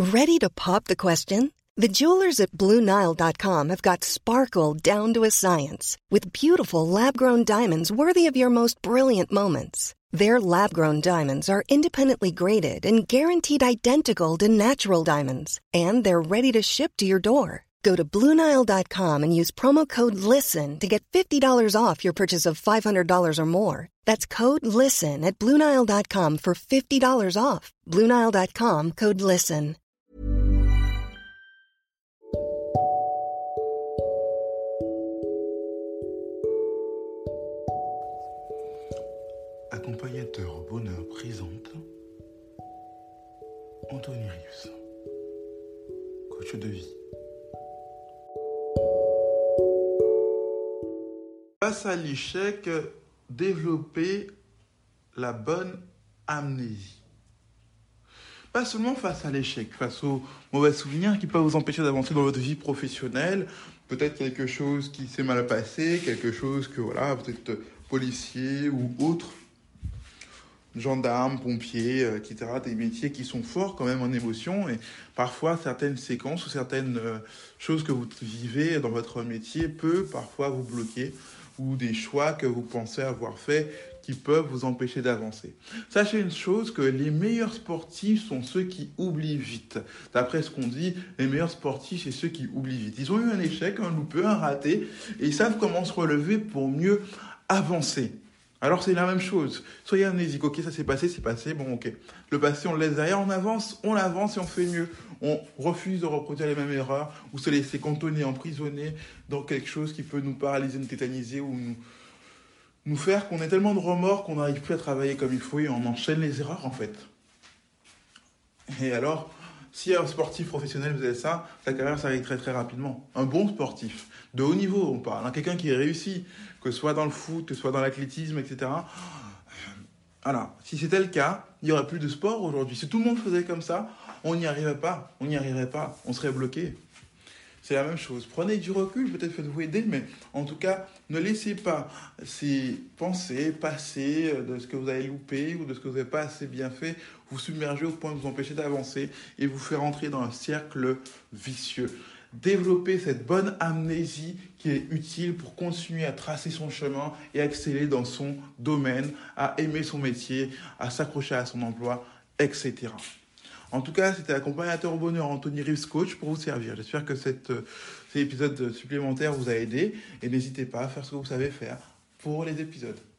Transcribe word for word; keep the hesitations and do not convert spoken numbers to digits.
Ready to pop the question? The jewelers at Blue Nile dot com have got sparkle down to a science with beautiful lab-grown diamonds worthy of your most brilliant moments. Their lab-grown diamonds are independently graded and guaranteed identical to natural diamonds, and they're ready to ship to your door. Go to Blue Nile dot com and use promo code LISTEN to get fifty dollars off your purchase of five hundred dollars or more. That's code LISTEN at Blue Nile dot com for fifty dollars off. Blue Nile dot com, code LISTEN. Accompagnateur bonheur présente Anthony Reeves, coach de vie. Face à l'échec, développer la bonne amnésie. Pas seulement face à l'échec, face aux mauvais souvenirs qui peuvent vous empêcher d'avancer dans votre vie professionnelle, peut-être quelque chose qui s'est mal passé, quelque chose que, voilà, vous êtes policier ou autre, gendarmes, pompiers, et cetera, des métiers qui sont forts quand même en émotion, et parfois certaines séquences ou certaines euh, choses que vous vivez dans votre métier peuvent parfois vous bloquer, ou des choix que vous pensez avoir faits qui peuvent vous empêcher d'avancer. Sachez une chose, que les meilleurs sportifs sont ceux qui oublient vite. D'après ce qu'on dit, les meilleurs sportifs, c'est ceux qui oublient vite. Ils ont eu un échec, un loupé, un raté, et ils savent comment se relever pour mieux avancer. Alors c'est la même chose. Soyez amnésique. Ok, ça s'est passé, c'est passé. Bon, ok. Le passé, on le laisse derrière. On avance, on avance et on fait mieux. On refuse de reproduire les mêmes erreurs ou se laisser cantonner, emprisonner dans quelque chose qui peut nous paralyser, nous tétaniser ou nous, nous faire qu'on ait tellement de remords qu'on n'arrive plus à travailler comme il faut et on enchaîne les erreurs en fait. Et alors, si un sportif professionnel faisait ça, sa carrière s'arrête très très rapidement. Un bon sportif, de haut niveau, on parle, hein, quelqu'un qui est réussi, que ce soit dans le foot, que ce soit dans l'athlétisme, et cetera. Voilà, si c'était le cas, il n'y aurait plus de sport aujourd'hui. Si tout le monde faisait comme ça, on n'y arriverait pas, on n'y arriverait pas, on serait bloqué. C'est la même chose. Prenez du recul, peut-être faites-vous aider, mais en tout cas, ne laissez pas ces pensées passer de ce que vous avez loupé ou de ce que vous n'avez pas assez bien fait vous submerger au point de vous empêcher d'avancer et vous faire entrer dans un cercle vicieux. Développer cette bonne amnésie qui est utile pour continuer à tracer son chemin et exceller dans son domaine, à aimer son métier, à s'accrocher à son emploi, et cetera. En tout cas, c'était l'accompagnateur au bonheur Anthony Reeves Coach pour vous servir. J'espère que cette, euh, cet épisode supplémentaire vous a aidé et n'hésitez pas à faire ce que vous savez faire pour les épisodes.